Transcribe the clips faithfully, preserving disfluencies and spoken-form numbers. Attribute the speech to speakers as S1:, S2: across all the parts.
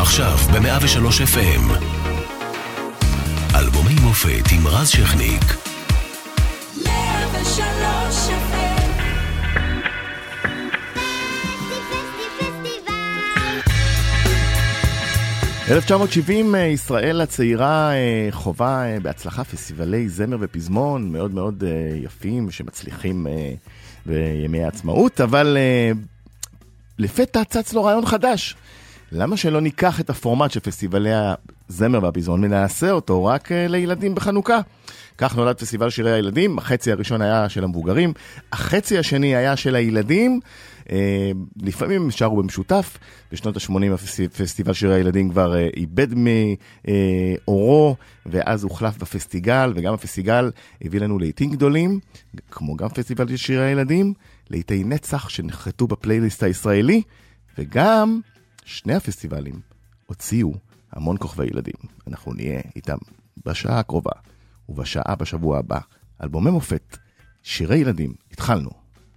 S1: עכשיו ב-מאה ושלוש אף אם. אלבומי מופת עם רז שכניק.
S2: מאה ושלוש אף אם.
S3: אלף תשע מאות שבעים ישראל הצעירה חובה בהצלחה פסטיבלי זמר ופזמון מאוד מאוד יפים שמצליחים בימי העצמאות, אבל לפתע צץ לו רעיון חדש. למה שלא ניקח את הפורמט של פסטיבלי הזמר והפזמון ונעשה אותו רק לילדים בחנוכה? כך נולד פסטיבל שירי הילדים. החצי הראשון היה של המבוגרים, החצי השני היה של הילדים. לפעמים הם שרו במשותף. בשנות ה-שמונים הפסטיבל שירי הילדים כבר איבד מאורו, ואז הוחלף בפסטיגל, וגם הפסטיגל הביא לנו לעיתים גדולים, כמו גם פסטיבל שירי הילדים, לעיתי נצח שנחרטו בפלייליסט הישראלי, וגם שני הפסטיבלים הוציאו המון כוכבי ילדים. אנחנו נהיה איתם בשעה הקרובה ובשעה בשבוע הבא. אלבומי מופת, שירי ילדים, התחלנו.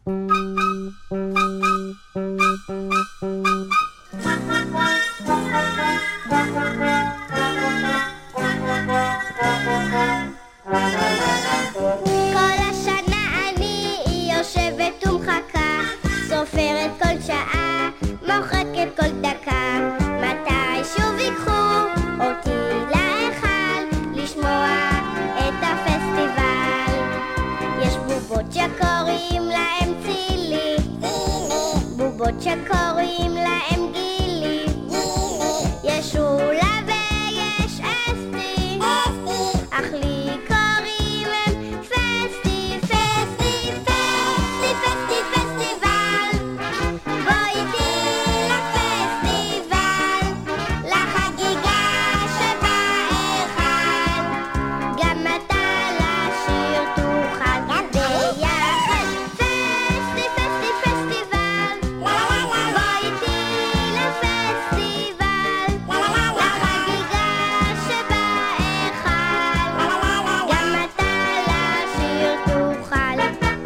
S4: כל השנה אני יושבת ומחכה, סופרת כל שעה, מוחקת כל דקה, מתי שוב ייקחו אותי להיכל לשמוע את הפסטיבל. יש בובות שקוראים להם צילי, בובות שקוראים להם גילי, יש אולה ויש אסתי, אך לי קוראים הם פסטי, פסטי, פסטי, פסטי, פסטיבל. בוא איתי לפסטיבל, לחגיגה שבהיכל, גם אתה לשיר תוכל ביחד. פסטי, פסטי, פסטיבל, בוא איתי לפסטיבל, לחגיגה שבהיכל, גם אתה לשיר תוכל.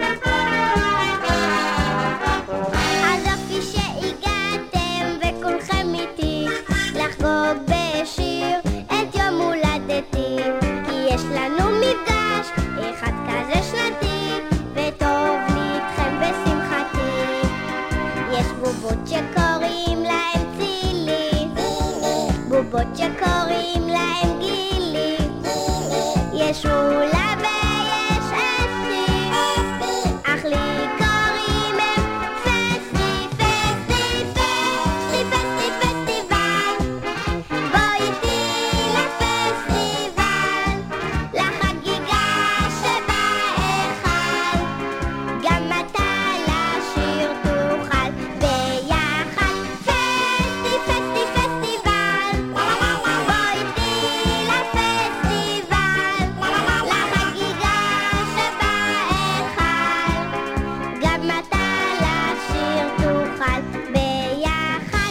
S4: אז יופי שהגעתם וכולכם איתי לחגוג בשיר את יום הולדתי, כי יש לנו מפגש אחד כזה שנתי, וטוב לי איתכם בשמחתי. יש בובות שקוראים להם צילי, בובות שקוראים להם גילי, יש אולה ויש אסתי, אך לי קוראים הם פסטי, פסטי, פסטי, פסטי, פסטיבל. בוא איתי לפסטיבל, לחגיגה שבהיכל, גם אתה לשיר תוכל ביחד. פסטי, פסטי, פסטיבל, בוא איתי לפסטיבל, לחגיגה שבהיכל, גם אתה לשיר תוכל ביחד.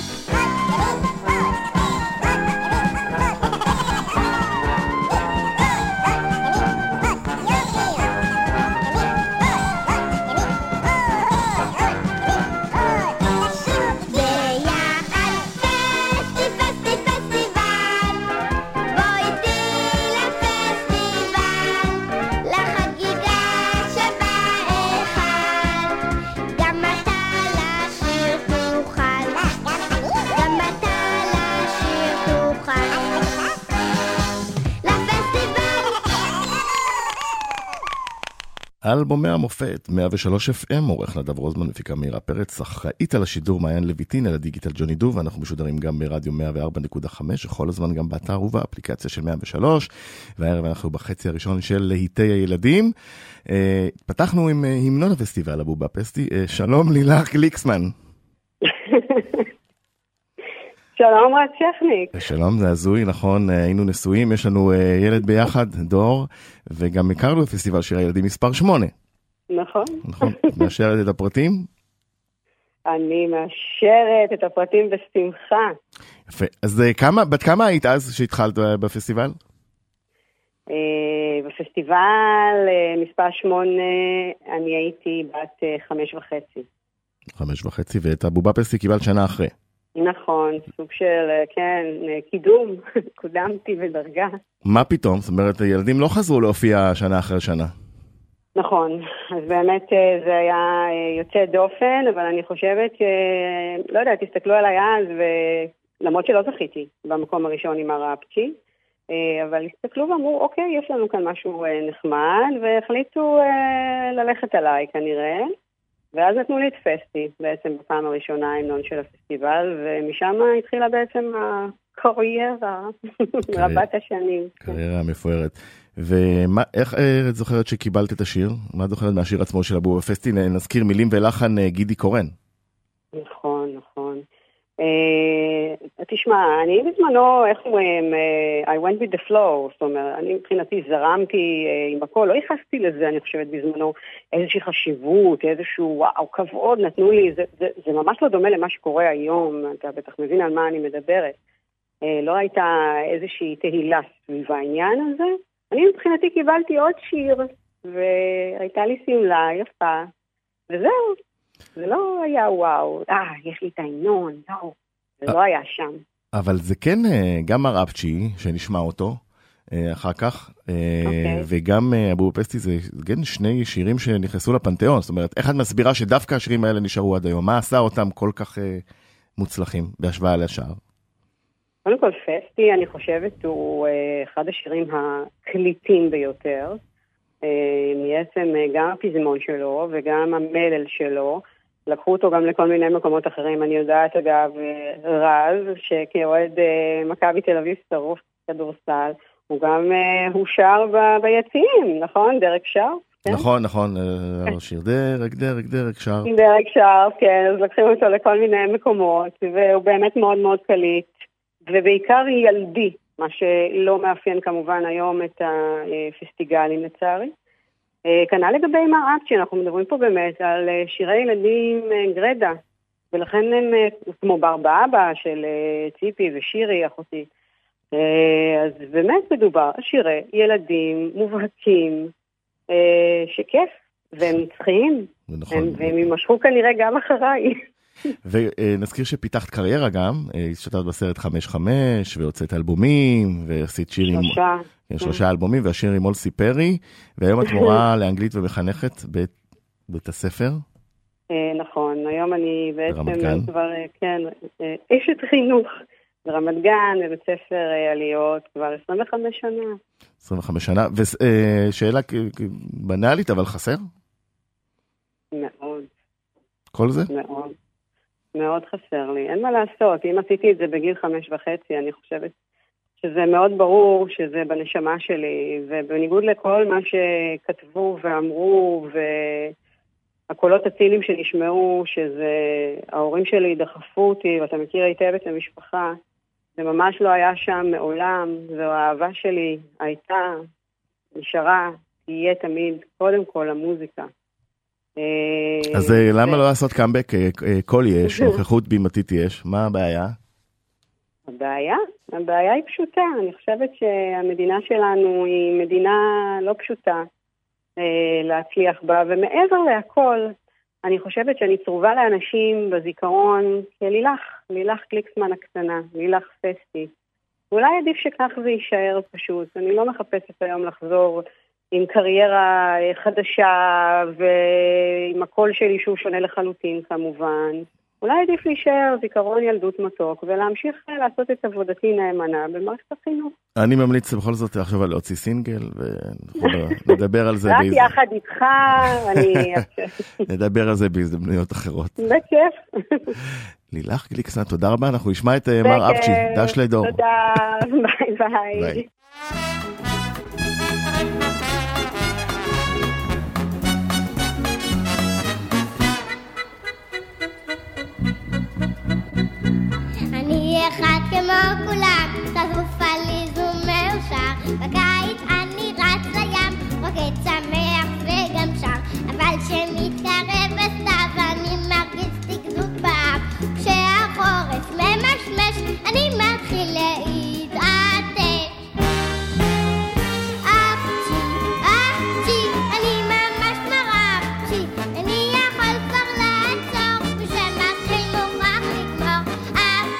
S4: ביחד, פסטי, פסטי, פסטיבל, בוא איתי לפסטיבל, לחגיגה שבהיכל, גם אתה לשיר תוכל, גם אתה לשיר תוכל, לפסטיבל.
S3: אלבומי המופת, מאה ושלוש אף אם, עורך נדב רוזמן, מפיקה מאירה פרץ, אחראית על השידור מעיין לויטין, על הדיגיטל ג'וני דו, ואנחנו משודרים גם ברדיו מאה וארבע נקודה חמש, כל הזמן גם באתר ובאפליקציה של מאה ושלוש, והערב אנחנו בחצי הראשון של להיטי הילדים. אה, פתחנו עם אה, המנון הפסטיבל הבובפסטי. אה, שלום לילך גליקסמן.
S5: שלום רז שכניק.
S3: שלום, זה הזוי, נכון, אה, היינו נשואים, יש לנו אה, ילד ביחד, דור, וגם הכרנו בפסטיבל שירי הילדים מספר שמונה.
S5: נכון.
S3: נכון, מאשרת את הפרטים?
S5: אני מאשרת את הפרטים בשמחה.
S3: יפה, אז אה, כמה, בת כמה היית אז שהתחלת אה, בפסטיבל?
S5: בפסטיבל מספר שמונה אני הייתי בת חמש וחצי.
S3: חמש וחצי, ואת הבובפסטי קיבלת שנה אחרי.
S5: נכון, סוג של, כן, קידום, קודמתי בדרגה.
S3: מה פתאום? זאת אומרת, הילדים לא חזרו להופיע שנה אחרי שנה.
S5: נכון, אז באמת זה היה יוצא דופן, אבל אני חושבת ש... לא יודע, תסתכלו עליי אז, ולמרות שלא זכיתי במקום הראשון עם הרפצ'י, אבל הסתכלו ואמרו, אוקיי, יש לנו כאן משהו נחמד, והחליטו ללכת עליי כנראה, ואז נתנו לי את פסטי, בעצם בפעם הראשונה ההמנון של הפסטיבל, ומשם התחילה בעצם הקריירה רבת השנים.
S3: קריירה מפוארת. ואיך את זוכרת שקיבלת את השיר? מה את זוכרת מהשיר עצמו של הבובה פסטי? נזכיר מילים ולחן גידי קורן.
S5: נכון, נכון. תשמע, אני בזמנו, איך אומרים, I went with the flow, זאת אומרת, אני מבחינתי זרמתי עם הכל, לא ייחסתי לזה, אני חושבת בזמנו, איזושהי חשיבות, איזשהו וואו, כבוד נתנו לי, זה, זה, זה ממש לא דומה למה שקורה היום, אתה בטח מבין על מה אני מדברת. לא הייתה איזושהי תהילה סביב העניין הזה, אני מבחינתי קיבלתי עוד שיר, והייתה לי סמלה יפה, וזהו. זה לא היה וואו, אה, יש לי את העינון, לא, זה לא היה שם.
S3: אבל זה כן, גם הרפצ'י, שנשמע אותו, אחר כך, וגם הבובה פסטי, זה כן שני שירים שנכנסו לפנתיאון, זאת אומרת, איך את מסבירה שדווקא השירים האלה נשארו עד היום? מה עשה אותם כל כך מוצלחים בהשוואה לשאר?
S5: קודם כל, פסטי, אני חושבת, הוא אחד השירים הקליטים ביותר, בעצם גם הפזמון שלו וגם המלל שלו, לקחו אותו גם לכל מיני מקומות אחרים. אני יודעת אגב רז, שכאוהד מכבי תל אביב שרוף כדורסל, הוא גם הושר ביציעים, נכון? דרק שר?
S3: נכון, נכון, שיר דרק, דרק, דרק שר.
S5: דרק שר, כן, אז לקחים אותו לכל מיני מקומות, והוא באמת מאוד מאוד קליט, ובעיקר ילדי. מה שלא מאפיין כמובן היום את הפסטיגלים לצערי. כנ"ל לגבי מרפצ'י, אנחנו מדברים פה באמת על שירי ילדים גרדה, ולכן הם כמו בר באבא של ציפי ושירי אחותי. אז באמת מדובר על שירי ילדים מובהקים, שכיף, והם נצחיים, והם ימשכו כנראה גם אחריי.
S3: ונזכיר שפיתחת קריירה גם, השתתפת בסרט חמש חמש, והוצאת אלבומים, ועשית שיר עם...
S5: שלושה.
S3: שלושה אלבומים, והשיר עם אולסי פרי, והיום את מורה לאנגלית ומחנכת בבית הספר.
S5: נכון, היום אני בעצם כבר, כן, אשת חינוך ברמת גן, בבית ספר עליות, כבר עשרים וחמש שנה.
S3: עשרים וחמש שנה, ושאלה בנאלית, אבל חסר?
S5: מאוד.
S3: כל זה?
S5: מאוד. מאוד חסר לי. אין מה לעשות. אם עשיתי את זה בגיל חמש וחצי, אני חושבת שזה מאוד ברור שזה בנשמה שלי, ובניגוד לכל מה שכתבו ואמרו, והקולות הצילים שנשמעו, שזה ההורים שלי דחפו אותי, ואתה מכיר היטב את המשפחה, זה ממש לא היה שם מעולם, והאהבה שלי הייתה, נשארה, תהיה תמיד, קודם כל המוזיקה.
S3: אז למה לא לעשות קאמבק? קול יש, נוכחות בימתית יש, מה הבעיה?
S5: הבעיה? הבעיה היא פשוטה. אני חושבת שהמדינה שלנו היא מדינה לא פשוטה להצליח בה, ומעבר להכל, אני חושבת שאני צרובה לאנשים בזיכרון כלילך, לילך קליקסמן הקטנה, לילך פסטי. אולי עדיף שכך זה יישאר פשוט. אני לא מחפשת היום לחזור עם קריירה חדשה ועם הקול שלי שהוא שונה לחלוטין כמובן. אולי עדיף להישאר זיכרון ילדות מתוק ולהמשיך לעשות את עבודתי נאמנה במערכת החינוך.
S3: אני ממליץ בכל זאת לחשוב על להוציא סינגל ונדבר על זה.
S5: רק יחד איתך, אני...
S3: נדבר על זה בהזדמנויות אחרות.
S5: בכיף.
S3: לילך גליקסמן, תודה רבה, אנחנו נשמע את מר אפצ'י, דש לדור.
S5: תודה, ביי ביי. ביי.
S4: אחד כמו כולם, חזוף עליז ומאושר, בקיץ אני רץ לים, רוקד שמח וגם שר, אבל שמתקרב הסתיו אני מרגיש תקזוף באף, כשהחורף ממשמש אני מתחיל להתעטש. אפצ'י, אפצ'י, אני ממש מרפצ'י, אני יכול כבר לעצור, ושמתחיל מוכרח לגמור.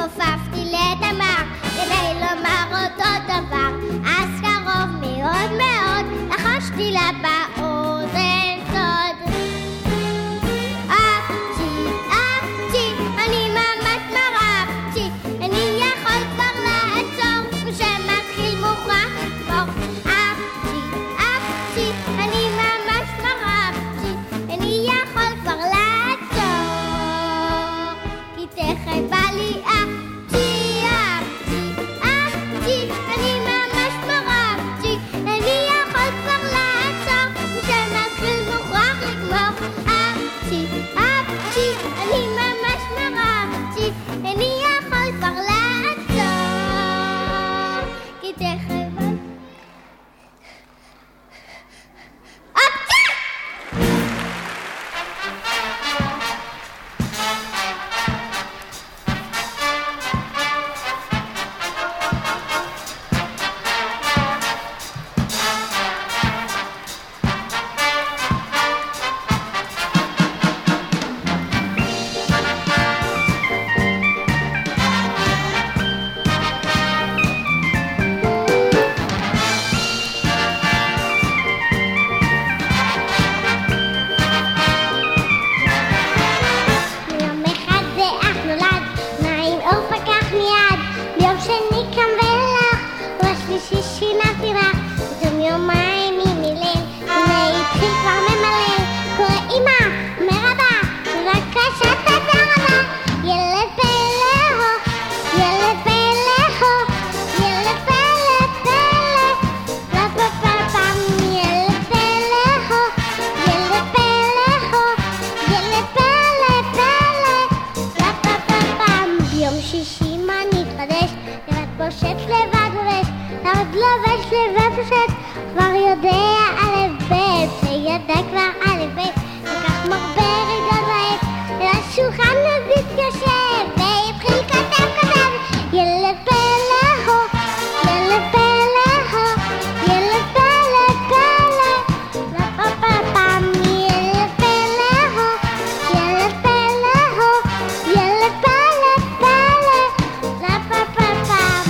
S4: התכופפתי לתמר כדי לומר אותו דבר, אז קרוב מאוד מאוד לחשתי לה באוזן סוד. אהבתי, אהבתי, אני ממש מרבתי, אני יכול כבר לעצור ושמתחיל מוכרח לקבור. אהבתי, אהבתי, אני ממש מרבתי, אני יכול כבר לעצור, כי תכף בא לי אהבתי, אהבתי, אהבתי, אני ממש מרבתי, אני יכול כבר לעצור ושמתחיל מוכרח לגמור. אהבתי, אהבתי, אני ממש מרבתי, אני יכול כבר לעצור, כי תכף בא לי אהבתי. יום אחד זה אך נולד, נעים אור פקח מיד, ביום שני קם והלך, ובשלישי שינה פירח, ותום יומיים ממילן, הנה התחיל כבר ממלא, קורא אמא, אומר אבא, בבקשה תעזור רבה, ילד פלא הו, ילד פלא הו, ילד פלא פלא, לא פפפם, ילד פלא הו, ילד פלא הו, ילד פלא פלא, לא פפפם. ביום שישי מה נתחדש, לבד פושט לבד לובש, לבד לובש לבד פושט, כבר יודע א' ב', וידע כבר א' ב', לקח מחברת עוד ועט, ולשולחן מביט יושב, והתחיל כתב כתב, ילד פלא הו, ילד פלא הו, ילד פלא פלא, לא פפפם, ילד פלא הו, ילד פלא הו, ילד פלא פלא, לא פפפם.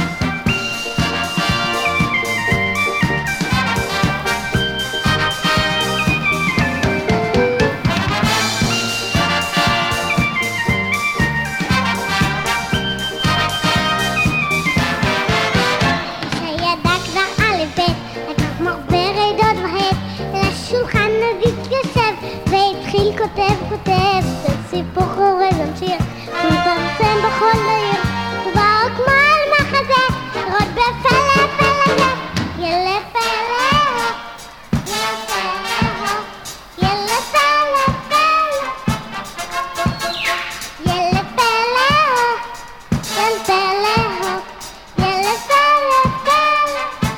S4: שידע כבר א' ב', לקח מחברת עוד ועט, לשולחן מביט יושב, והתחיל כותב כותב, זה סיפור חורב ממשיך, ומפרסם בכל העיר, ובאו כמו על מחזה, לראות בפלא פלא זה, ילד פלא הו, ילד פלא הו, ילד פלא פלא, ילד פלא הו, ילד פלא הו, ילד פלא פלא,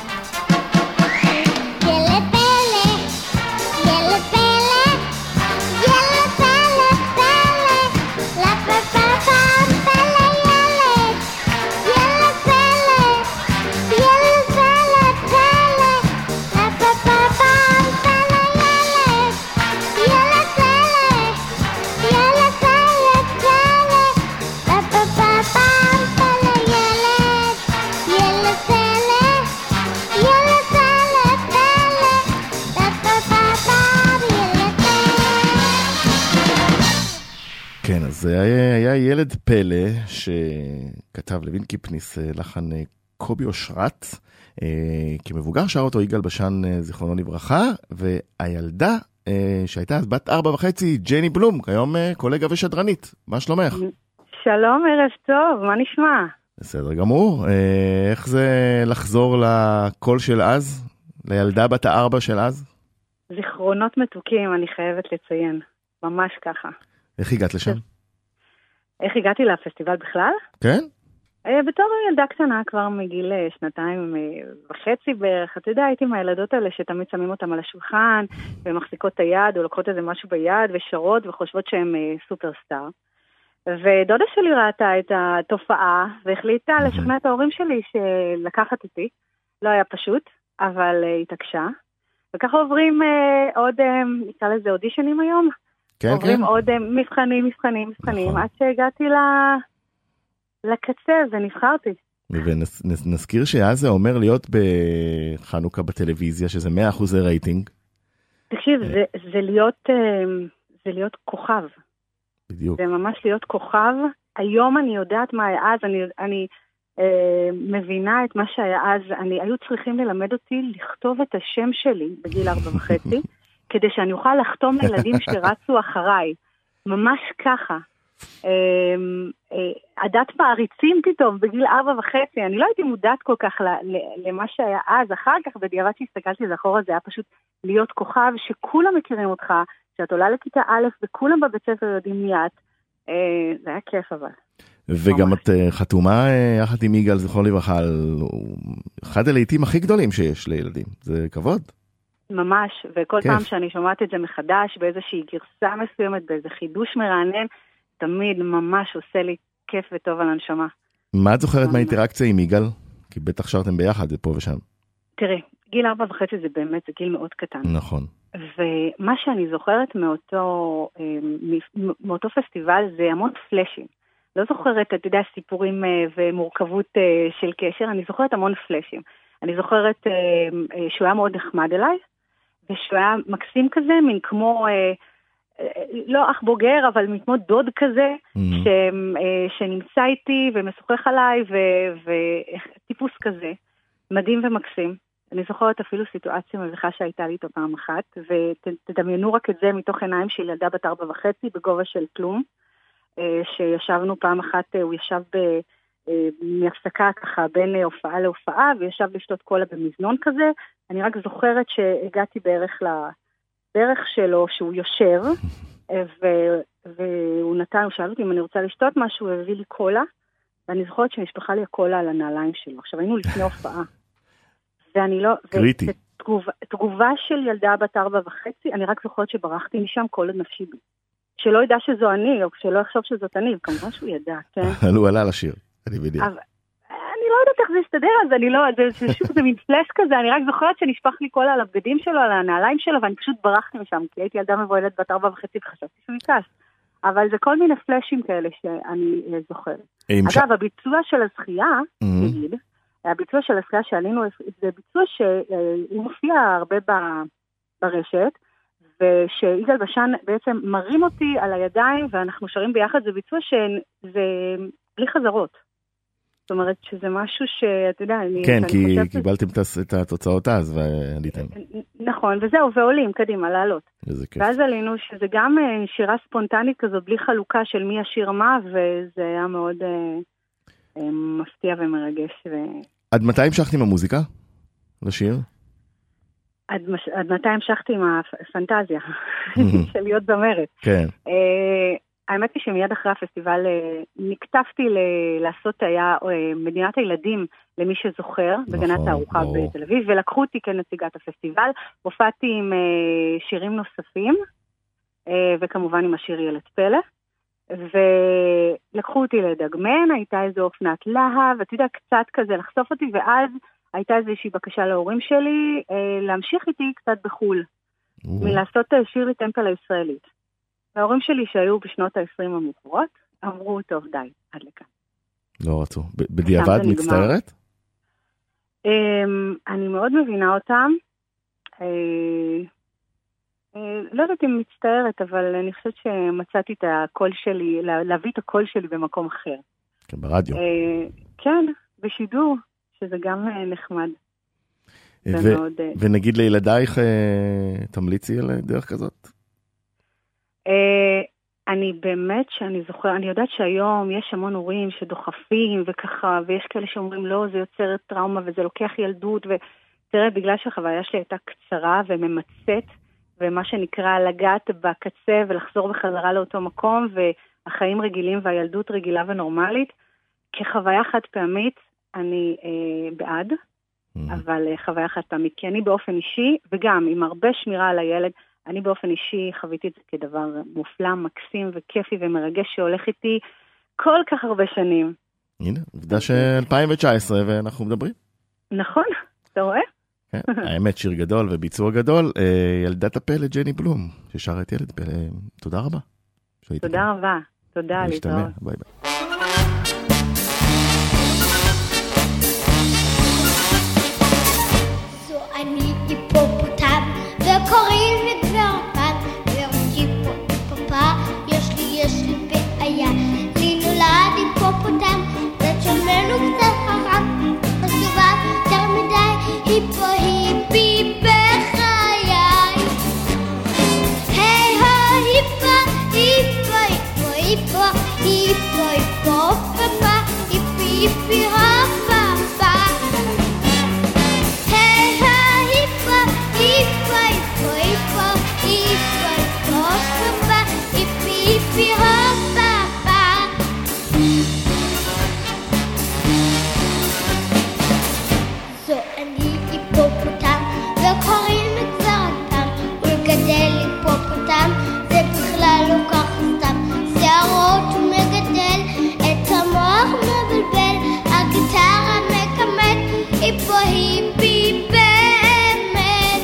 S4: ילד פלא, ילד פלא, ילד פלא פלא, לא פפפם פלא ילד, ילד פלא, ילד פלא פלא, לא פפפם פלא ילד, ילד פלא, ילד פלא פלא, לא פפפם פלא ילד, ילד פלא, ילד פלא פלא, לא פפפם ילד פלא.
S3: כן, אז זה היה, היה ילד פלא שכתב לוין קיפניס, לחן אה, קובי אושרת, אה, כמבוגר שר אותו יגאל בשן, אה, זיכרונו לברכה, והילדה אה, שהייתה אז בת ארבע וחצי, ג'ני בלום, כיום אה, קולגה ושדרנית. מה שלומך?
S5: שלום, ערב טוב, מה נשמע?
S3: בסדר גמור. אה, איך זה לחזור לקול של אז? לילדה בת הארבע של אז?
S5: זיכרונות מתוקים, אני חייבת לציין. ממש ככה.
S3: איך הגעת לשם?
S5: איך הגעתי לפסטיבל בכלל?
S3: כן?
S5: אה, בתור ילדה קטנה, כבר מגיל אה, שנתיים אה, וחצי בערך, אתה יודע, הייתי מהילדות האלה שתמיד שמים אותם על השולחן, ומחזיקות את היד, או לוקחות איזה משהו ביד, ושרות, וחושבות שהם אה, סופרסטאר. ודודה שלי ראתה את התופעה, והחליטה לשכנע את ההורים שלי שלקחת אותי. לא היה פשוט, אבל uh, התעקשה. וככה עוברים uh, עוד, uh, נקרא לזה אודישנים היום.
S3: כן,
S5: עוברים
S3: כן.
S5: עוד uh, מבחנים, מבחנים, מבחנים,
S3: נכון.
S5: עד שהגעתי ל...
S6: לקצה, זה נבחרתי.
S3: ונזכיר שאז זה אומר להיות בחנוכה בטלוויזיה, שזה מאה אחוז רייטינג.
S6: תקשיב, זה, זה להיות, זה להיות כוכב.
S3: בדיוק.
S6: זה ממש להיות כוכב. היום אני יודעת מה היה אז, אני, אני אה, מבינה את מה שהיה אז. אני, היו צריכים ללמד אותי לכתוב את השם שלי בגיל ארבע וחצי, כדי שאני אוכל לחתום לילדים שרצו אחריי. ממש ככה. עדת מעריצים פתאום בגיל ארבע וחצי, אני לא הייתי מודעת כל כך למה שהיה אז, אחר כך בדיעבד שהסתכלתי לאחורה, זה היה פשוט להיות כוכב שכולם מכירים אותך, שאת עולה לכיתה א' וכולם בבית ספר יודעים מיד, זה היה כיף אבל.
S3: וגם את חתומה יחד עם יגאל זכרון לברכה על אחד הלעיתים הכי גדולים שיש לילדים, זה כבוד.
S6: ממש, וכל פעם שאני שומעת את זה מחדש באיזושהי גרסה מסוימת, באיזה חידוש מרענן, תמיד ממש עושה לי כיף וטוב על הנשמה.
S3: מה את זוכרת מהאינטראקציה עם יגאל? כי בטח שרתם ביחד, זה פה ושם.
S6: תראי, גיל ארבע וחצי זה באמת, זה גיל מאוד קטן.
S3: נכון.
S6: ומה שאני זוכרת מאותו, מאותו פסטיבל זה המון פלאשים. לא זוכרת, אתה יודע, סיפורים ומורכבות של קשר, אני זוכרת המון פלאשים. אני זוכרת שהוא היה מאוד נחמד אליי, ושהוא היה מקסים כזה, מין כמו... לא אח בוגר, אבל כמו דוד כזה, ש, שנמצא איתי ומשוחח עליי, וטיפוס כזה, מדהים ומקסים. אני זוכרת אפילו סיטואציה מביכה שהייתה לי איתו פעם אחת, ותדמיינו רק את זה מתוך עיניים של ילדה בת ארבע וחצי, בגובה של כלום, שישבנו פעם אחת, הוא ישב מהפסקה ככה בין הופעה להופעה, וישב לשתות קולה במזנון כזה. אני רק זוכרת שהגעתי בערך ל... דרך שלו שהוא יושב, ו- והוא נתן, הוא שאל אותי אם אני רוצה לשתות משהו, הוא הביא לי קולה, ואני זוכרת שנשפחה לי הקולה על הנעליים שלו. עכשיו היינו לפני הופעה, ואני לא...
S3: קריטי.
S6: תגובה, תגובה של ילדה בת ארבע וחצי, אני רק זוכרת שברחתי משם כל עוד נפשי בי. שלא ידע שזו אני, או שלא יחשוב שזאת אני, כמובן שהוא ידע, כן?
S3: הוא עלה לשיר, אני בדיוק.
S6: אני לא יודעת איך זה יסתדר, אז אני לא, זה שוב, זה מין פלאש כזה, אני רק זוכרת שנשפך לי קולה על הבגדים שלו, על הנעליים שלו, ואני פשוט ברחתי משם, כי הייתי ילדה מבוהלת בת ארבע וחצי, וחשבתי שהוא יקש. אבל זה כל מיני פלאשים כאלה שאני זוכרת. אגב, הביצוע של הזכייה, נגיד, הביצוע של הזכייה שעלינו, זה ביצוע שהוא מופיע הרבה ברשת, ושיגאל בשן בעצם מרים אותי על הידיים, ואנחנו שרים ביחד, זה ביצוע שזה בלי חזרות. זאת אומרת שזה משהו שאתה יודע...
S3: כן, כי קיבלתם את התוצאות אז ועליתם.
S6: נכון, וזהו, ועולים קדימה, לעלות.
S3: איזה כיף.
S6: ואז עלינו שזה גם שירה ספונטנית כזאת, בלי חלוקה של מי השיר מה, וזה היה מאוד מפתיע ומרגש.
S3: עד מתי המשכת עם המוזיקה? לשיר?
S6: עד מתי המשכתי עם הפנטזיה של להיות זמרת.
S3: כן.
S6: האמת היא שמיד אחרי הפסטיבל נקטפתי לעשות היה מדינת הילדים למי שזוכר, בגנת הארוחה בתל אביב, ולקחו אותי כנציגת הפסטיבל, הופעתי עם שירים נוספים, וכמובן עם השיר ילד פלא, ולקחו אותי לדגמן, הייתה איזו אופנת להב, ואתה יודע, קצת כזה לחשוף אותי, ואז הייתה איזושהי בקשה להורים שלי, להמשיך איתי קצת בחול, מלעשות שירי טמפל הישראלית. ההורים שלי שהיו בשנות ה-עשרים המאוחרות, אמרו, טוב, די, עד לכאן.
S3: לא רצו. בדיעבד מצטערת?
S6: אני מאוד מבינה אותם. לא יודעת אם מצטערת, אבל אני חושבת שמצאתי את הקול שלי, להביא את הקול שלי במקום אחר.
S3: כן, ברדיו.
S6: כן, בשידור, שזה גם נחמד.
S3: ונגיד לילדייך, תמליצי על דרך כזאת?
S6: אני באמת שאני זוכר, אני יודעת שהיום יש המון הורים שדוחפים וככה, ויש כאלה שאומרים לא, זה יוצר טראומה וזה לוקח ילדות, ותראה, בגלל שהחוויה שלי הייתה קצרה וממצאת, ומה שנקרא לגעת בקצה ולחזור בחזרה לאותו מקום, והחיים רגילים והילדות רגילה ונורמלית, כחוויה חד פעמית אני אה, בעד, mm-hmm. אבל אה, חוויה חד פעמית, כי אני באופן אישי, וגם עם הרבה שמירה על הילד, אני באופן אישי חוויתי את זה כדבר מופלא, מקסים וכיפי ומרגש שהולך איתי כל כך הרבה שנים.
S3: הנה, עובדה ש-אלפיים תשע עשרה ואנחנו מדברים.
S6: נכון, אתה רואה?
S3: כן, האמת שיר גדול וביצוע גדול, ילדת הפלא ג'ני בלום, ששרת ילד פלא, תודה רבה.
S6: תודה רבה, תודה, להתראות.
S3: ביי ביי.
S4: היפי הופה הופה. היי היפה, היפה, היפה, היפה, היפה, היפה, הופה, היפי היפי הופה הופה. זו אני היפופוטם, וקוראים את זרתם, ולגדל היפופוטם זה בכלל לא ככה סתם. שערות הוא מגדל, את המוח מבלבל, הגיטרה מקמת, היפו היפי באמת.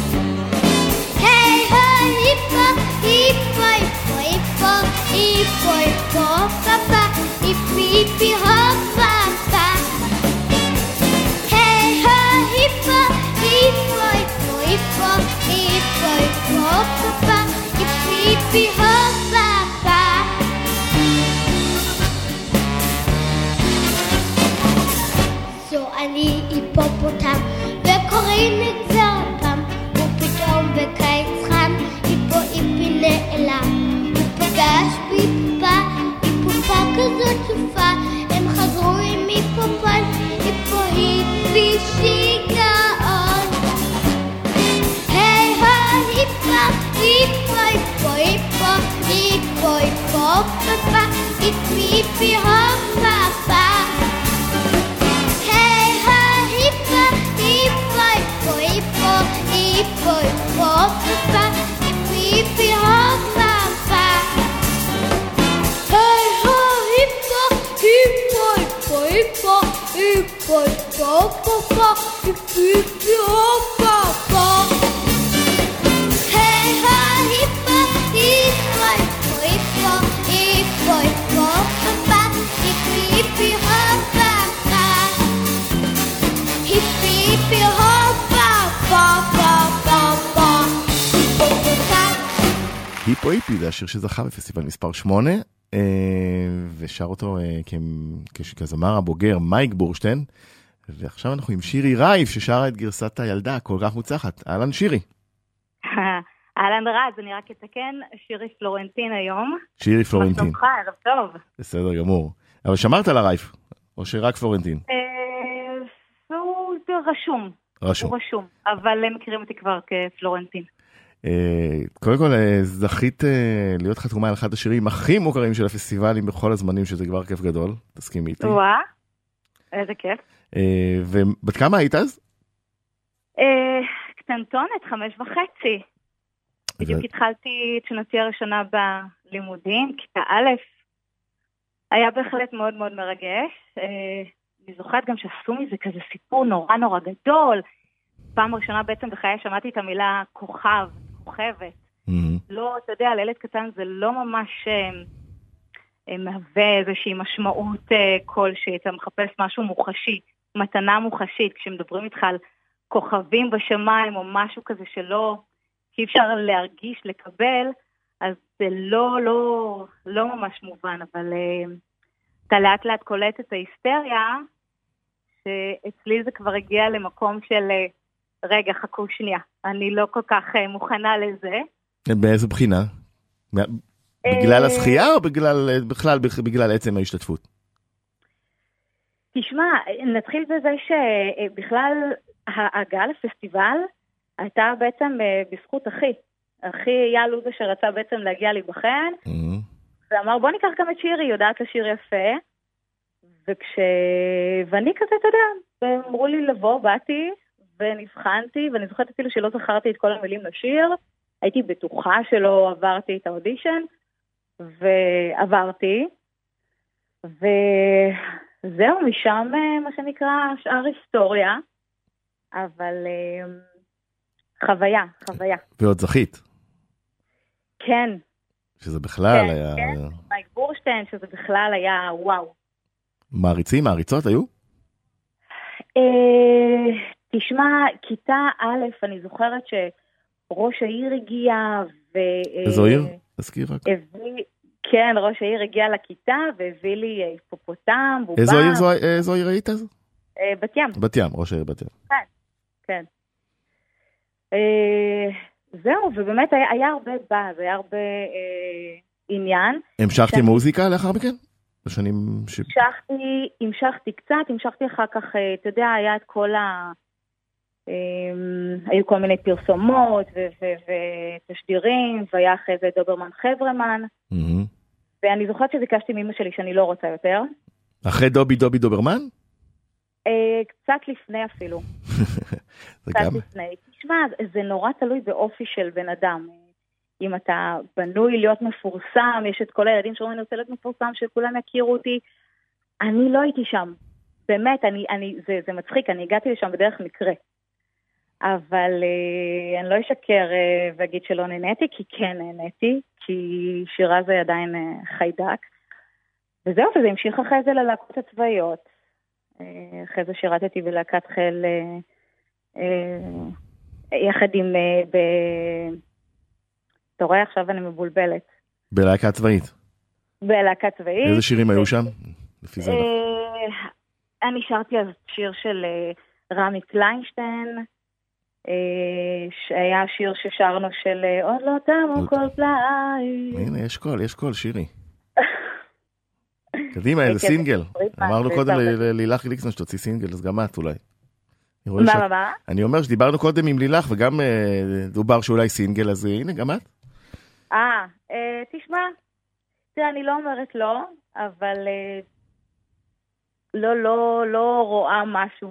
S4: היי היפה, היפה, היפה, היפה, היפו היפו הופה, היפי היפי הופה הופה. היי היפה, היפה, היפה, היפה, היפו היפו הופה, היפי היפי הופה הופה. זו אני היפופוטם, וקוראים את זרעתם, ופתאום בקיץ חם, היפו היפי נעלם. הוא פגש בהיפופה, היפופה כזאת יפה, הם חזרו עם היפופן, היפו היפי שיגעון. היי היפה, היפה, היפה, היפה, היפו היפו הופה, היפי היפי הופה הופה. היי היפה, היפה, היפה, היפה, היפו היפו הופה, היפי היפי הופה הופה. היי היפה, היפה, היפה, היפה, היפו היפו הופה, היפי היפי הופה הופה. היי היפה, היפה, היפה, היפה, היפו היפו הופה, היפי היפי הופה הופה. היפי היפי הופה הופה הופה הופה. היפופוטם.
S3: היפו היפי זה השיר שזכה בפסטיבל מספר שמונה, ושר אותו כזמר הבוגר מייק בורשטיין, ועכשיו אנחנו עם שירי רייף ששרה את גרסת הילדה כל כך מוצלחת. אהלן שירי.
S6: אהלן רז, אני רק אתקן, שירי פלורנטין היום.
S3: שירי פלורנטין.
S6: מה שלומך, ערב טוב.
S3: בסדר גמור. אבל שמרת על הרייף, או שרק פלורנטין?
S6: הוא רשום.
S3: רשום.
S6: הוא רשום, אבל הם מכירים אותי כבר כפלורנטין.
S3: קודם כל, זכית להיות חתומה על אחד השירים הכי מוכרים של הפסטיבלים בכל הזמנים, שזה כבר כיף גדול, תסכימי איתי.
S6: וואה, איזה כיף.
S3: ובת כמה היית אז?
S6: קטנטונת, חמש וחצי. בדיוק התחלתי את שנתי הראשונה בלימודים, כיתה א', היה בהחלט מאוד מאוד מרגש. אני זוכרת גם שעשו מזה כזה סיפור נורא נורא גדול. פעם ראשונה בעצם בחיי שמעתי את המילה כוכב, כוכבת. לא, אתה יודע, לילד קטן זה לא ממש מהווה איזושהי משמעות כלשהי, אתה מחפש משהו מוחשי, מתנה מוחשית, כשמדברים איתך על כוכבים בשמיים או משהו כזה שלא, שאי אפשר להרגיש, לקבל, אז זה לא, לא, לא ממש מובן, אבל אתה לאט לאט קולט את ההיסטריה, שאצלי זה כבר הגיע למקום של, רגע, חכו שנייה, אני לא כל כך מוכנה לזה. באיזה בחינה?
S3: בגלל הזכייה או בגלל, בכלל, בגלל עצם ההשתתפות?
S6: תשמע, נתחיל בזה שבכלל ההגעה לפסטיבל הייתה בעצם בזכות אחי. אחי היה לוזה שרצה בעצם להגיע להיבחן, ואמר בוא ניקח גם את שירי, יודעת לשיר יפה, וכש... ואני כזה, אתה יודע, אמרו לי לבוא, באתי ונבחנתי, ואני זוכרת אפילו שלא זכרתי את כל המילים לשיר, הייתי בטוחה שלא עברתי את האודישן, ועברתי, וזהו, משם מה שנקרא שאר היסטוריה, אבל חוויה, חוויה.
S3: ועוד זכית.
S6: כן.
S3: שזה בכלל
S6: כן,
S3: היה...
S6: כן, מייק בורשטיין, שזה בכלל היה וואו.
S3: מעריצים, מעריצות היו?
S6: אה, תשמע, כיתה א', אני זוכרת שראש העיר הגיע, ו...
S3: איזו עיר? תזכיר רק.
S6: הביא, כן, ראש העיר הגיע לכיתה, והביא לי היפופוטם, בובה.
S3: איזו עיר, זו, איזו עיר היית אז?
S6: אה, בת ים.
S3: בת ים, ראש העיר בת ים.
S6: כן, כן. אה, זהו, ובאמת היה, היה הרבה באז, היה הרבה אה, עניין.
S3: המשכתי
S6: שאני...
S3: מוזיקה לאחר מכן? בשנים ש...
S6: המשכתי, המשכתי קצת, המשכתי אחר כך, אתה יודע, היה את כל ה... היו כל מיני פרסומות ותשדירים, והיה אחרי זה דוברמן חברמן, ואני זוכרת שביקשתי מאמא שלי שאני לא רוצה יותר. אחרי
S3: דובי דובי דוברמן?
S6: קצת לפני אפילו. קצת לפני. תשמע, זה נורא תלוי באופי של בן אדם. אם אתה בנוי להיות מפורסם, יש את כל הילדים שאומרים, אני רוצה להיות מפורסם, שכולם יכירו אותי. אני לא הייתי שם. באמת, אני, אני, זה, זה מצחיק, אני הגעתי לשם בדרך מקרה. אבל אה, אני לא אשקר אה, ואגיד שלא נהניתי, כי כן נהניתי, כי שירה זה עדיין אה, חיידק. וזהו, וזה המשיך אחרי זה ללהקות הצבאיות. אה, אחרי זה שירתתי בלהקת חיל, אה, אה, יחד עם... אה, ב... אתה רואה, עכשיו אני מבולבלת.
S3: בלהקה צבאית?
S6: בלהקה צבאית.
S3: איזה שירים היו שם? לפי זה.
S6: אני שרתי אז שיר של רמי קליינשטיין, שהיה שיר ששרנו של עוד לא תמו כל פלאי.
S3: הנה, יש קול, יש קול, שירי. קדימה, איזה סינגל. אמרנו קודם ללילך גליקסון שתוציא סינגל, אז גם את אולי.
S6: מה, מה, מה?
S3: אני אומר שדיברנו קודם עם לילך, וגם דובר שאולי סינגל, אז הנה, גם את.
S6: אה, תשמע, תראה, אני לא אומרת לא, אבל לא, לא, לא רואה משהו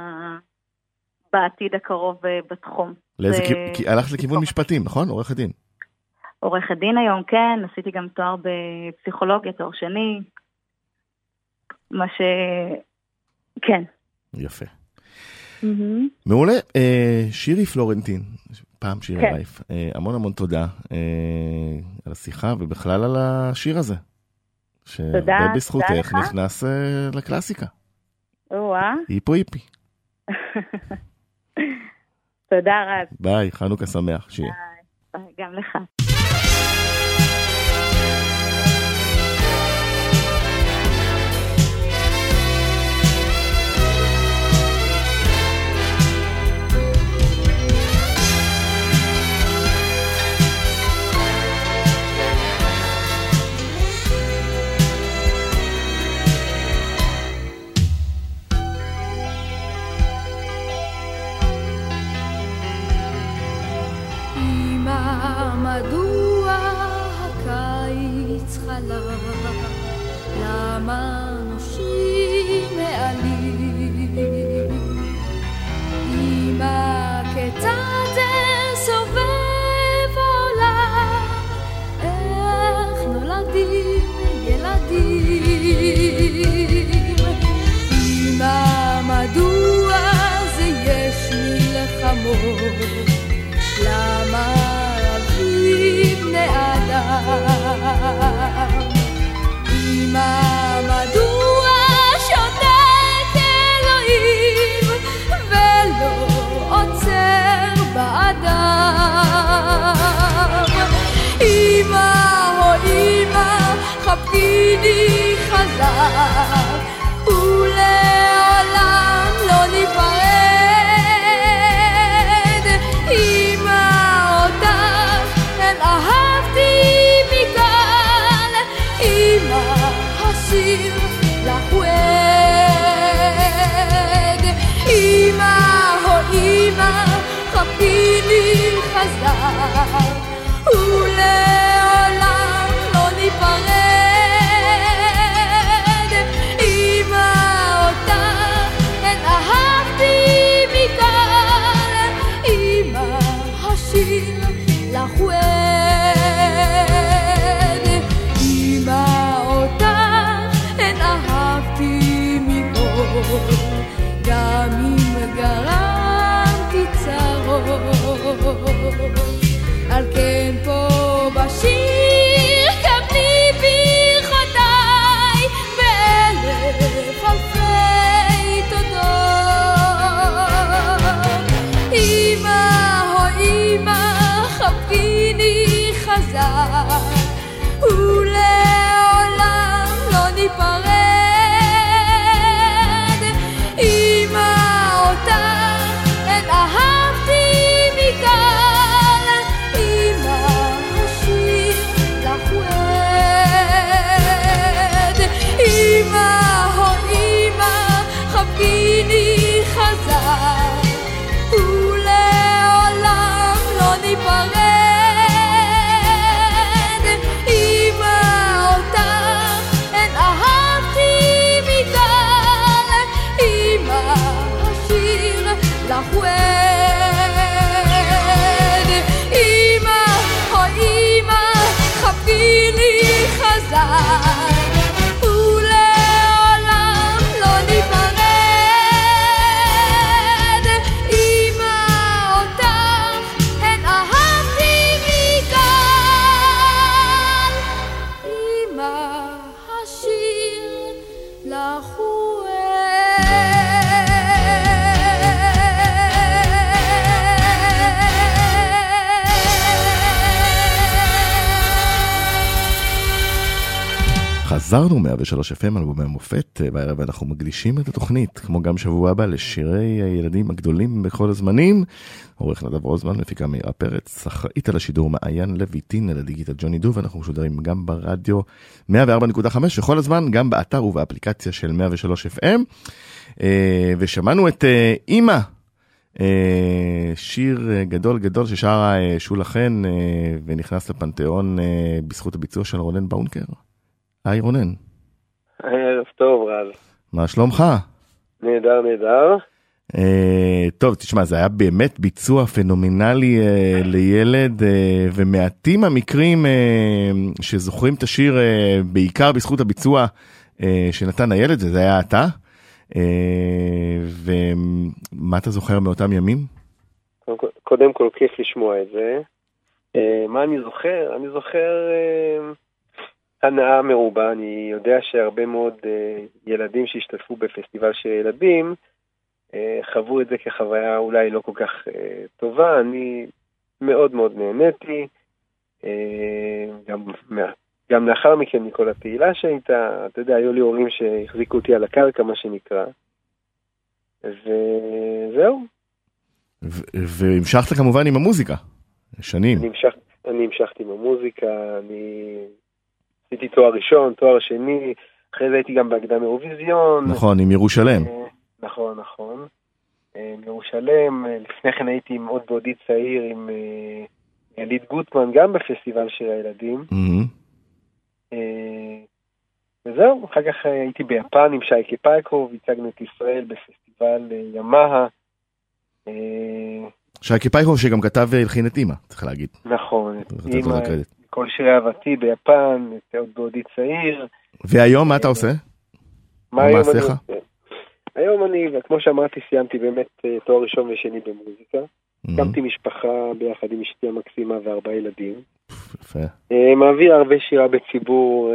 S6: בעתיד הקרוב בתחום.
S3: כי הלכת לכיוון משפטים, נכון? עורך הדין.
S6: עורך הדין היום, כן, עשיתי גם תואר בפסיכולוגיה, תואר שני, מה ש... כן.
S3: יפה. מעולה, שירי פלורנטין, פעם שירי רייף, המון המון תודה על השיחה ובכלל על השיר הזה, שהרבה בזכותך נכנס לקלאסיקה. היפו היפי.
S6: תודה רב.
S3: ביי, חנוכה שמח, שיהיה.
S6: גם לך.
S2: מדוע הקיץ חלף? למה נושים מעלים? אמא כיצד סובב העולם? איך נולדים ילדים? אמא מדוע זה יש מלחמות? למה בני אדם? אמא, מדוע שותק אלוהים ולא עוצר באדם? אמא, או אמא, חבקיני חזק ולעולם לא ניפרד. אמא, אותך אל אהבתי מכאן, אמא, השיר לך ורד. אמא, או אמא, חבקיני חזק ולעולם לא ניפרד. אמא, אותך אל אהבתי מכאן, אמא, השיר לך ורד. אמא, אותך אין אהבתי מכל, גם אם גרמתי צרות. על כן פה בשיר קבלי ברכותיי באלף אלפי תודות. אמא, או אמא, חבקיני חזק ולעולם לא ניפרד.
S3: חזרנו מאה ושלוש אף אם, אלבומי המופת, בערב אנחנו מקדישים את התוכנית, כמו גם שבוע הבא, לשירי הילדים הגדולים בכל הזמנים. עורך נדב רוזמן, מפיקה מאירה פרץ, אחראית על השידור מעיין לויטין, על הדיגיטל ג'וני דוב, אנחנו משודרים גם ברדיו מאה וארבע נקודה חמש, וכל הזמן גם באתר ובאפליקציה של מאה ושלוש אף אם, ושמענו את אימא, שיר גדול גדול ששרה שולה חן, ונכנס לפנתיאון בזכות הביצוע של רונן באונקר. היי רונן.
S7: ערב טוב רז.
S3: מה שלומך?
S7: נהדר נהדר.
S3: טוב, תשמע, זה היה באמת ביצוע פנומנלי לילד, ומעטים המקרים שזוכרים את השיר בעיקר בזכות הביצוע שנתן הילד, זה היה אתה. ומה אתה זוכר מאותם ימים?
S7: קודם כל כיף לשמוע את זה. מה אני זוכר? אני זוכר הנאה מרובה. אני יודע שהרבה מאוד ילדים שהשתתפו בפסטיבל של ילדים חוו את זה כחוויה אולי לא כל כך טובה. אני מאוד מאוד נהניתי. גם מעט. גם לאחר מכן מכל הפעילה שהייתה, אתה יודע, היו לי הורים שהחזיקו אותי על הקרקע, מה שנקרא. וזהו.
S3: והמשכת כמובן עם המוזיקה, שנים.
S7: אני, המשכ... אני המשכתי עם המוזיקה, אני עשיתי תואר ראשון, תואר שני, אחרי זה הייתי גם בהקדם אירוויזיון.
S3: נכון, עם ירושלם.
S7: נכון, נכון. עם ירושלם, לפני כן הייתי עם עוד בעודי צעיר, עם גלית גוטמן, גם בפסטיבל של הילדים. וזהו, אחר כך הייתי ביפן עם שייקה פייקוב, הצגנו את ישראל בפסטיבל ימאה.
S3: שייקה פייקוב שגם כתב הלחין את אמא, צריך להגיד.
S7: נכון, את אמא, כל שירי אהבתי ביפן, את עוד בעודי צעיר.
S3: והיום מה אתה עושה?
S7: מה היום אני עושה? היום אני, כמו שאמרתי, סיימתי באמת תואר ראשון ושני במוזיקה. הקמתי משפחה ביחד עם אשתי המקסימה וארבעה ילדים.
S3: יפה.
S7: מעביר הרבה שירה בציבור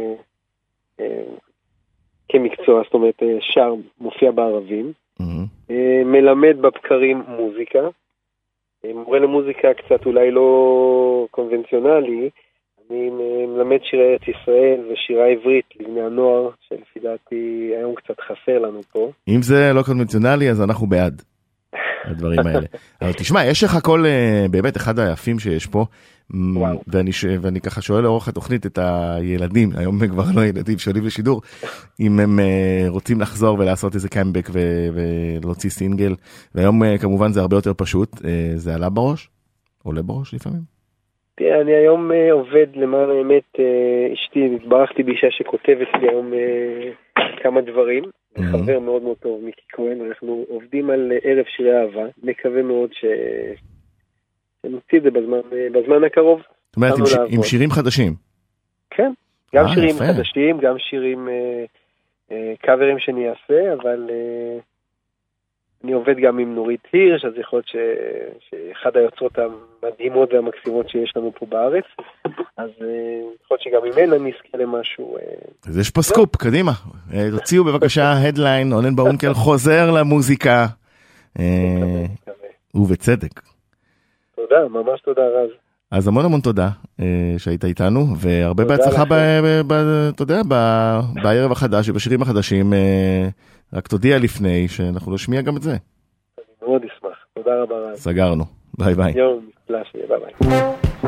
S7: כמקצוע, זאת אומרת שר מופיע בערבים. מלמד בבקרים מוזיקה. מורה למוזיקה קצת אולי לא קונבנציונלי. אני מלמד שירי ארץ ישראל ושירה עברית לבני הנוער, שלפי דעתי היום קצת חסר לנו פה.
S3: אם זה לא קונבנציונלי אז אנחנו בעד. הדברים האלה. אבל תשמע, יש לך הכל, באמת, אחד היפים שיש פה, ואני, ואני ככה שואל לאורך התוכנית את הילדים, היום הם כבר לא ילדים שעולים לשידור, אם הם רוצים לחזור ולעשות איזה קאמבק ולהוציא סינגל, והיום כמובן זה הרבה יותר פשוט, זה עלה בראש? עולה בראש לפעמים?
S7: תראה, אני היום עובד למען האמת, אשתי, התברכתי באישה שכותבת לי היום כמה דברים, חבר מאוד מאוד טוב, מיקי כהן, אנחנו עובדים על ערב שירי אהבה, מקווה מאוד ש... שנוציא את זה בזמן, בזמן הקרוב.
S3: זאת אומרת, עם, ש... עם שירים חדשים?
S7: כן, גם
S3: אה,
S7: שירים
S3: יפה.
S7: חדשים, גם שירים, אה, אה, קאברים שאני אעשה, אבל אה, אני עובד גם עם נורית הירש, אז יכול להיות ש... שאחד היוצרות המדהימות והמקסימות שיש לנו פה בארץ, אז אה, יכול להיות שגם ממנה נזכה למשהו. אה...
S3: אז יש פה סקופ, קדימה. תוציאו בבקשה הדליין, רונן באונקר חוזר למוזיקה, אה, ובצדק.
S7: תודה, ממש תודה רז.
S3: אז המון המון תודה שהיית איתנו, והרבה בהצלחה, אתה יודע, בערב החדש ובשירים החדשים, רק תודיע לפני שאנחנו נשמיע גם את זה.
S7: אני מאוד אשמח, תודה רבה רז.
S3: סגרנו, ביי ביי.
S7: יום נפלא שיהיה, ביי ביי.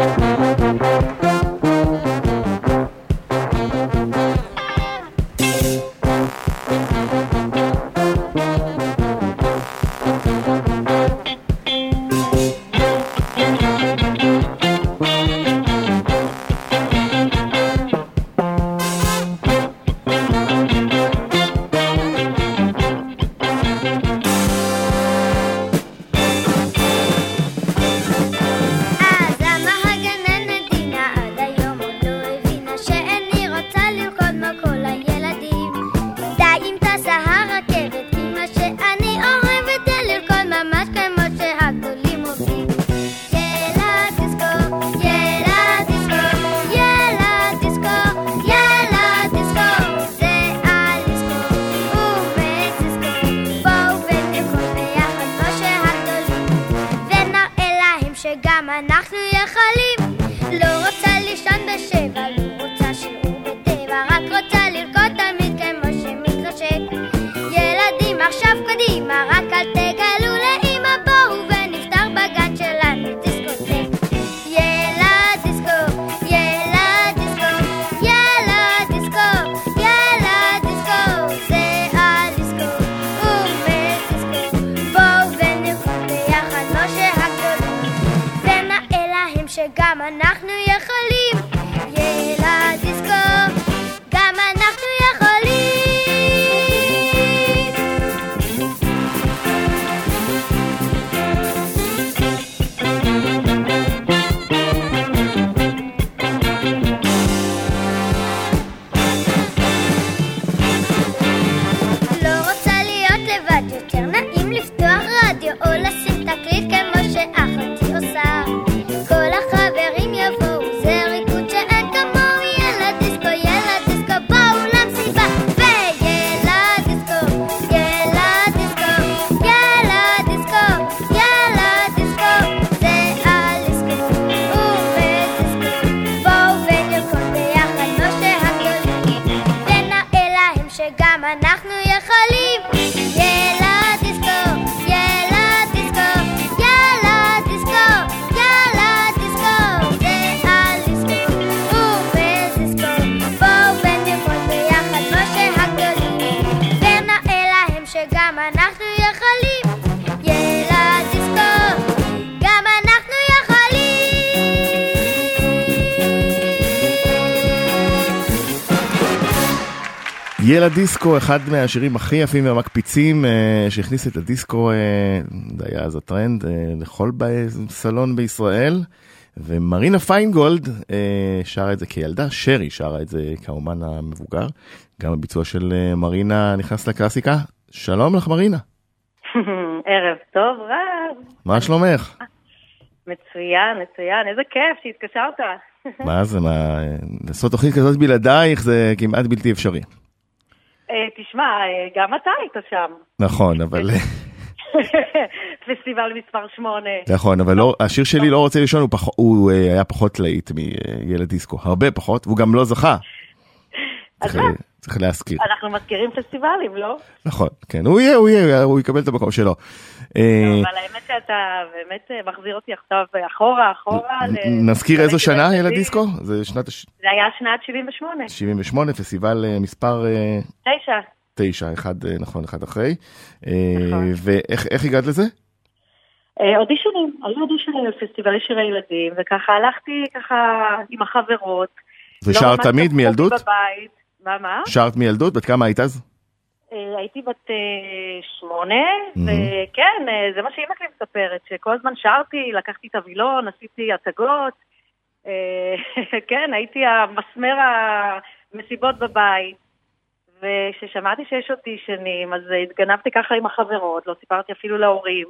S4: שגם אנחנו יכולים. לא רוצה לישון בשבע, לא רוצה שיעור בטבע, רק רוצה עכשיו קדימה, רק אל תגלו לאמא, בואו ונפתח בגן שלנו דיסקוטק. ילד דיסקו, ילד דיסקו, ילד דיסקו, ילד דיסקו, זה הדיסקו ומדיסקו. בואו ונרקוד ביחד משה הגדולים, ונראה להם שגם אנחנו יכולים. ילד דיסקו, גם אנחנו יכולים. לא רוצה להיות לבד יותר, נעים לפתוח רדיו או לשים תקליט כמו שאחותי עושה. כל החברים יבואו, זה ריקוד שאין כמוהו. ילד דיסקו, ילד דיסקו, בואו למסיבה. וילד דיסקו, ילד דיסקו, ילד דיסקו, ילד דיסקו, זה הדיסקו ומדיסקו. בואו ונרקוד ביחד משה הגדולים, ונראה להם שגם אנחנו יכולים. ילד דיסקו, ילד דיסקו, ילד דיסקו, ילד דיסקו, זה הדיסקו ומדיסקו. בואו ונרקוד ביחד משה הגדולים, ונראה להם שגם אנחנו יכולים. ילד דיסקו, גם אנחנו יכולים.
S3: ילד דיסקו, אחד מהשירים הכי יפים והמקפיצים אה, שהכניס את הדיסקו, אה, זה היה אז הטרנד, אה, לכל סלון בישראל, ומרינה פיינגולד אה, שרה את זה כילדה, שרי שרה את זה כאומן המבוגר, גם הביצוע של אה, מרינה נכנס לקלאסיקה. שלום לך מרינה.
S8: ערב טוב רב.
S3: מה שלומך?
S8: מצוין, מצוין, איזה כיף שהתקשרת.
S3: מה זה, מה, לעשות תוכנית כזאת בלעדייך זה כמעט בלתי אפשרי.
S8: תשמע, גם אתה היית שם.
S3: נכון, אבל...
S8: פסטיבל מספר שמונה.
S3: נכון, אבל לא, השיר שלי לא רוצה לישון, הוא, פח, הוא היה פחות להיט מילד דיסקו, הרבה פחות, והוא גם לא זכה. צריך, צריך להזכיר.
S8: אנחנו מזכירים פסטיבלים, לא?
S3: נכון, כן, הוא יהיה, הוא יהיה, הוא יקבל את המקום שלו.
S8: אבל האמת שאתה באמת מחזיר אותי עכשיו אחורה, אחורה.
S3: נזכיר איזו שנה ילד דיסקו? זה שנת...
S8: זה היה שנת שבעים ושמונה.
S3: שבעים ושמונה, פסטיבל מספר...
S8: תשע.
S3: תשע, אחד, נכון, אחד אחרי. ואיך הגעת לזה?
S8: אודישנים, היו אודישנים לפסטיבלי שירי ילדים, וככה הלכתי ככה עם החברות.
S3: ושרת תמיד מילדות?
S8: מה, מה?
S3: שרת מילדות? בת כמה היית אז?
S8: הייתי בת שמונה, וכן, זה מה שאמא שלי מספרת, שכל הזמן שרתי, לקחתי את הווילון, עשיתי הצגות, כן, הייתי המסמר המסיבות בבית, וכששמעתי שיש אודישנים, אז התגנבתי ככה עם החברות, לא סיפרתי אפילו להורים,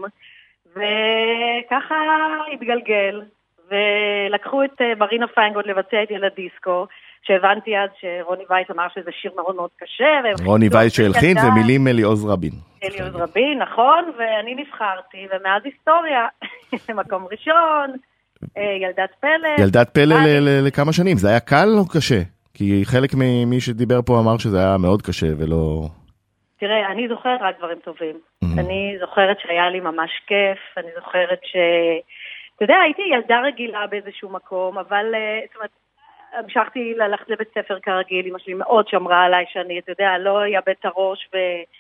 S8: וככה התגלגל, ולקחו את מרינה פיינגולד לבצע את ילד דיסקו, שהבנתי אז שרוני וייס אמר שזה שיר מאוד מאוד קשה.
S3: רוני וייס שהלחין ומילים אליעוז רבין.
S8: אליעוז רבין, נכון, ואני נבחרתי, ומאז היסטוריה, מקום ראשון, ילדת פלא.
S3: ילדת פלא לכמה שנים, זה היה קל או קשה? כי חלק ממי שדיבר פה אמר שזה היה מאוד קשה ולא...
S8: תראה, אני זוכרת רק דברים טובים. אני זוכרת שהיה לי ממש כיף, אני זוכרת ש... אתה יודע, הייתי ילדה רגילה באיזשהו מקום, אבל, זאת אומרת, המשכתי ללכת לבית ספר כרגיל, אמא שלי מאוד שמרה עליי שאני, אתה יודע, לא יאבד את הראש,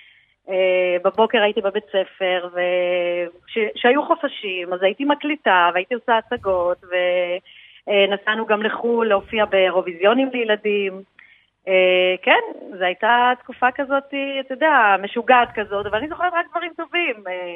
S8: ובבוקר הייתי בבית ספר, ושהיו חופשים, אז הייתי מקליטה, והייתי עושה הצגות, ונסענו גם לחול, להופיע באירוויזיונים לילדים. כן, זו הייתה תקופה כזאת, אתה יודע, משוגעת כזאת, אבל אני זוכרת רק דברים טובים.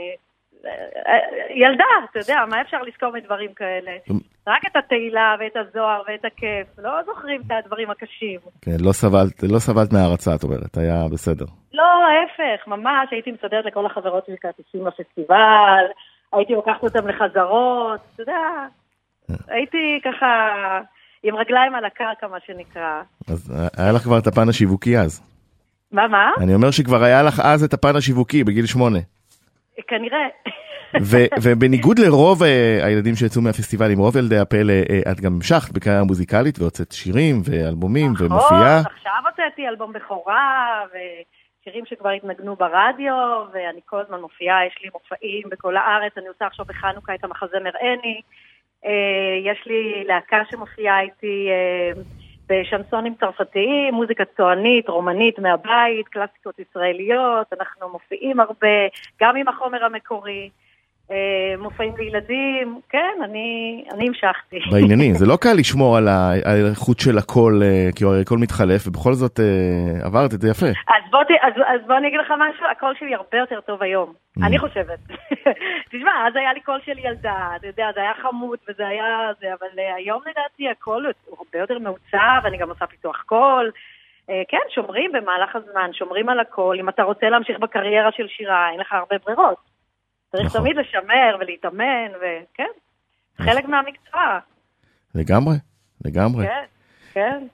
S8: ילדה, אתה יודע, מה אפשר לזכור מדברים כאלה? רק את התהילה ואת הזוהר ואת הכיף, לא זוכרים את הדברים הקשים. כן,
S3: לא סבלת, לא סבלת מההרצה, את אומרת, היה בסדר.
S8: לא, ההפך, ממש, הייתי מסדרת לכל החברות שלי כרטיסים לפסטיבל, הייתי לוקחת אותם לחזרות, אתה יודע, הייתי ככה עם רגליים על הקרקע, מה שנקרא.
S3: אז היה לך כבר את הפן השיווקי אז.
S8: מה, מה?
S3: אני אומר שכבר היה לך אז את הפן השיווקי בגיל שמונה.
S8: כנראה.
S3: ובניגוד לרוב הילדים שיצאו מהפסטיבלים, רוב ילדי הפלא, את גם המשכת בקריירה מוזיקלית והוצאת שירים ואלבומים ומופיעה.
S8: עכשיו הוצאתי אלבום בכורה שירים שכבר התנגנו ברדיו, ואני כל הזמן מופיעה, יש לי מופעים בכל הארץ, אני עושה עכשיו בחנוכה את המחזה מראני, יש לי להקה שמופיעה איתי בשנסונים צרפתיים, מוזיקה צוענית, רומנית מהבית, קלאסיקות ישראליות, אנחנו מופיעים הרבה, גם עם החומר המקורי, מופעים לילדים, כן, אני, אני המשכתי.
S3: בעניינים, זה לא קל לשמור על האיכות של הכל, כי הכל מתחלף, ובכל זאת עברת את זה יפה.
S8: אז בוא, אז, אז בוא אני אגיד לך משהו, הקול שלי הרבה יותר טוב היום, mm. אני חושבת. תשמע, אז היה לי קול של ילדה, אתה יודע, זה היה חמוד, וזה היה זה, אבל היום לדעתי הקול הוא הרבה יותר מעוצב, אני גם עושה פיתוח קול, כן, שומרים במהלך הזמן, שומרים על הקול, אם אתה רוצה להמשיך בקריירה של שירה, אין לך הרבה ברירות. צריך נכון. תמיד לשמר ולהתאמן, וכן, נכון. חלק מהמקצוע.
S3: לגמרי, לגמרי.
S8: כן, כן.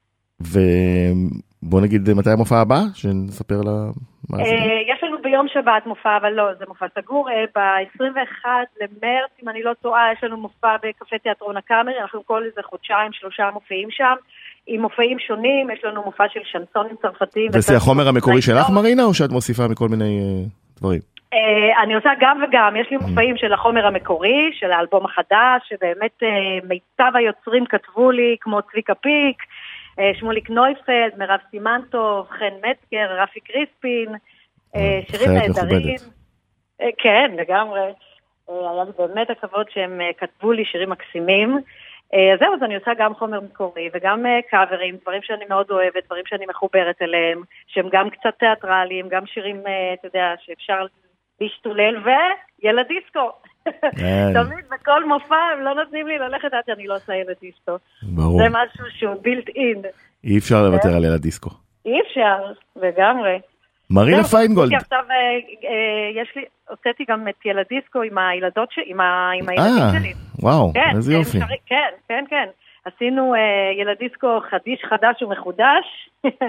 S3: ובוא נגיד, מתי המופע הבא? שנספר לה מה זה?
S8: יש לנו ביום שבת מופע, אבל לא, זה מופע סגור. ב-עשרים ואחד למרץ, אם אני לא טועה, יש לנו מופע בקפה תיאטרון הקאמרי, אנחנו כל איזה חודשיים, שלושה מופיעים שם, עם מופעים שונים, יש לנו מופע של שנסונים צרפתיים.
S3: וזה החומר המקורי שלך, מרינה, או שאת מוסיפה מכל מיני דברים?
S8: אני עושה גם וגם, יש לי מופעים של החומר המקורי, של האלבום החדש, שבאמת מיטב היוצרים כתבו לי, כמו צביקה פיק, שמוליק נויפלד, מירב סימנטוב, חן מצגר, רפי קריספין, שירים נהדרים. כן, לגמרי. היה לי באמת הכבוד שהם כתבו לי שירים מקסימים. זהו, אז אני עושה גם חומר מקורי וגם קאברים, דברים שאני מאוד אוהבת, דברים שאני מחוברת אליהם, שהם גם קצת תיאטרליים, גם שירים, אתה יודע, שאפשר להשתולל, וילד דיסקו. תמיד בכל מופע הם לא נותנים לי ללכת עד שאני לא עושה ילד דיסקו.
S3: ברור.
S8: זה משהו שהוא בילט אין.
S3: אי אפשר לוותר על ילד דיסקו.
S8: אי אפשר, לגמרי.
S3: מרינה פיינגולד.
S8: עכשיו יש לי, הוצאתי גם את ילד דיסקו עם הילדות, עם הילדים שלי.
S3: וואו, איזה יופי.
S8: כן, כן, כן. עשינו ילד דיסקו חדיש, חדש ומחודש,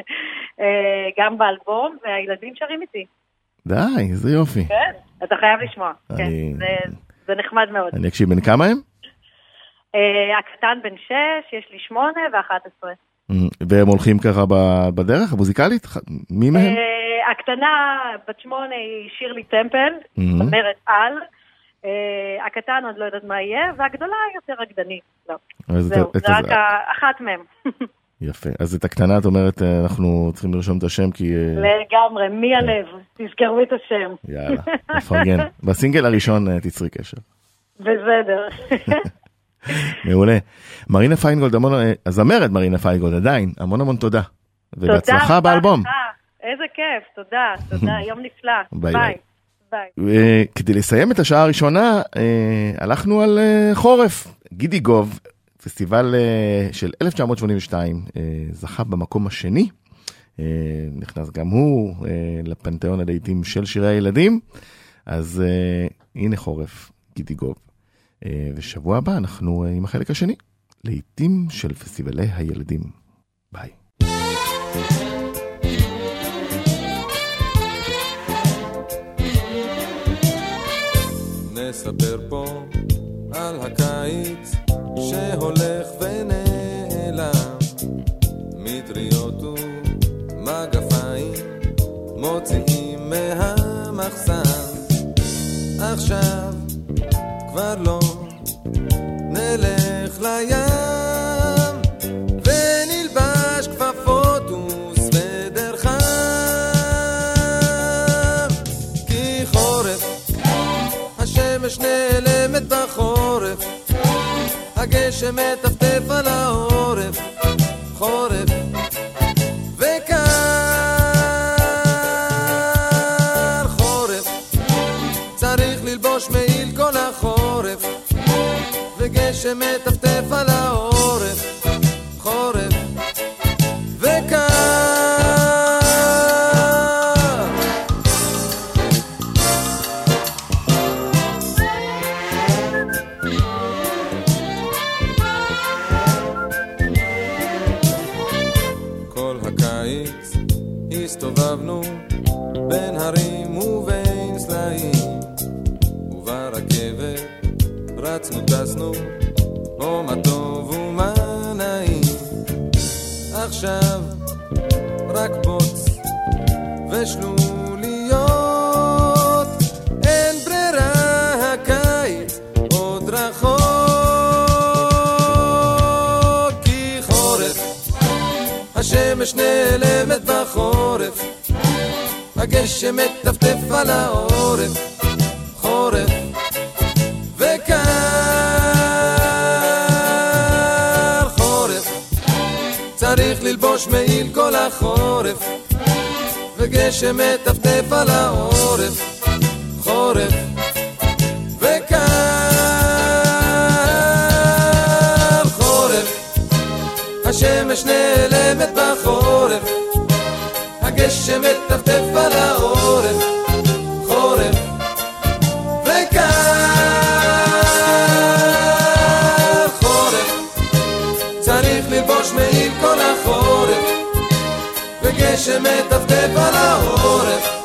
S8: גם באלבום, והילדים שרים איתי.
S3: די, איזה יופי.
S8: כן, אתה חייב לשמוע. זה נחמד מאוד.
S3: אני אקשיב, בן כמה הם?
S8: הקטן בן שש, יש לי שמונה ואחת עשרה.
S3: והם הולכים ככה בדרך המוזיקלית? מי מהם?
S8: הקטנה בת שמונה היא שירלי טמפל, אומרת על. הקטן עוד לא יודעת מה יהיה, והגדולה יותר רקדנית. זהו, זה רק אחת מהם.
S3: יפה. אז את הקטנה את אומרת, אנחנו צריכים לרשום את השם כי...
S8: לגמרי, מי הלב? תזכרו את השם.
S3: יאללה, נפרגן. בסינגל הראשון תצרי קשר.
S8: בסדר.
S3: מעולה. מרינה פיינגולד, הזמרת מרינה פיינגולד, עדיין, המון המון תודה. ובהצלחה באלבום.
S8: איזה כיף, תודה, תודה, יום נפלא. ביי.
S3: ביי. כדי לסיים את השעה הראשונה, הלכנו על חורף. גידי גוב, פסטיבל של אלף תשע מאות שמונים ושתיים, זכה במקום השני. נכנס גם הוא לפנתיאון הלהיטים של שירי הילדים. אז הנה חורף, גידי גוב. ושבוע הבא אנחנו עם החלק השני, להיטים של פסטיבלי הילדים. ביי.
S9: נספר פה על הקיץ שהולך ונעלם, מטריות ומגפיים מוציאים מהמחסן, עכשיו כבר לא נלך לים ונלבש כפפות וסוודר חם, כי חורף השמש נעלמת בחורף, הגשם מטפטף על העורף, חורף וקר חורף, צריך ללבוש מעיל כל החורף, וגשם מטפטף על העורף, חורף וקר. כל הקיץ הסתובבנו בין הרים ובין סלעים, וברכבת רצנו טסנו, או מה טוב ומה נעים, עכשיו רק בוץ בשלוליות, אין ברירה, הקיץ עוד רחוק, כי חורף, השמש נעלמת בחורף, הגשם מטפטף על העורף, חורף וקר חורף, צריך ללבוש מעיל כל החורף, וגשם מטפטף על העורף, חורף וקר חורף, השמש נעלמת בחורף, הגשם מטפטף על העורף, חורף וקר חורף, צריך ללבוש מעיל כל החורף, וגשם מטפטף על העורף,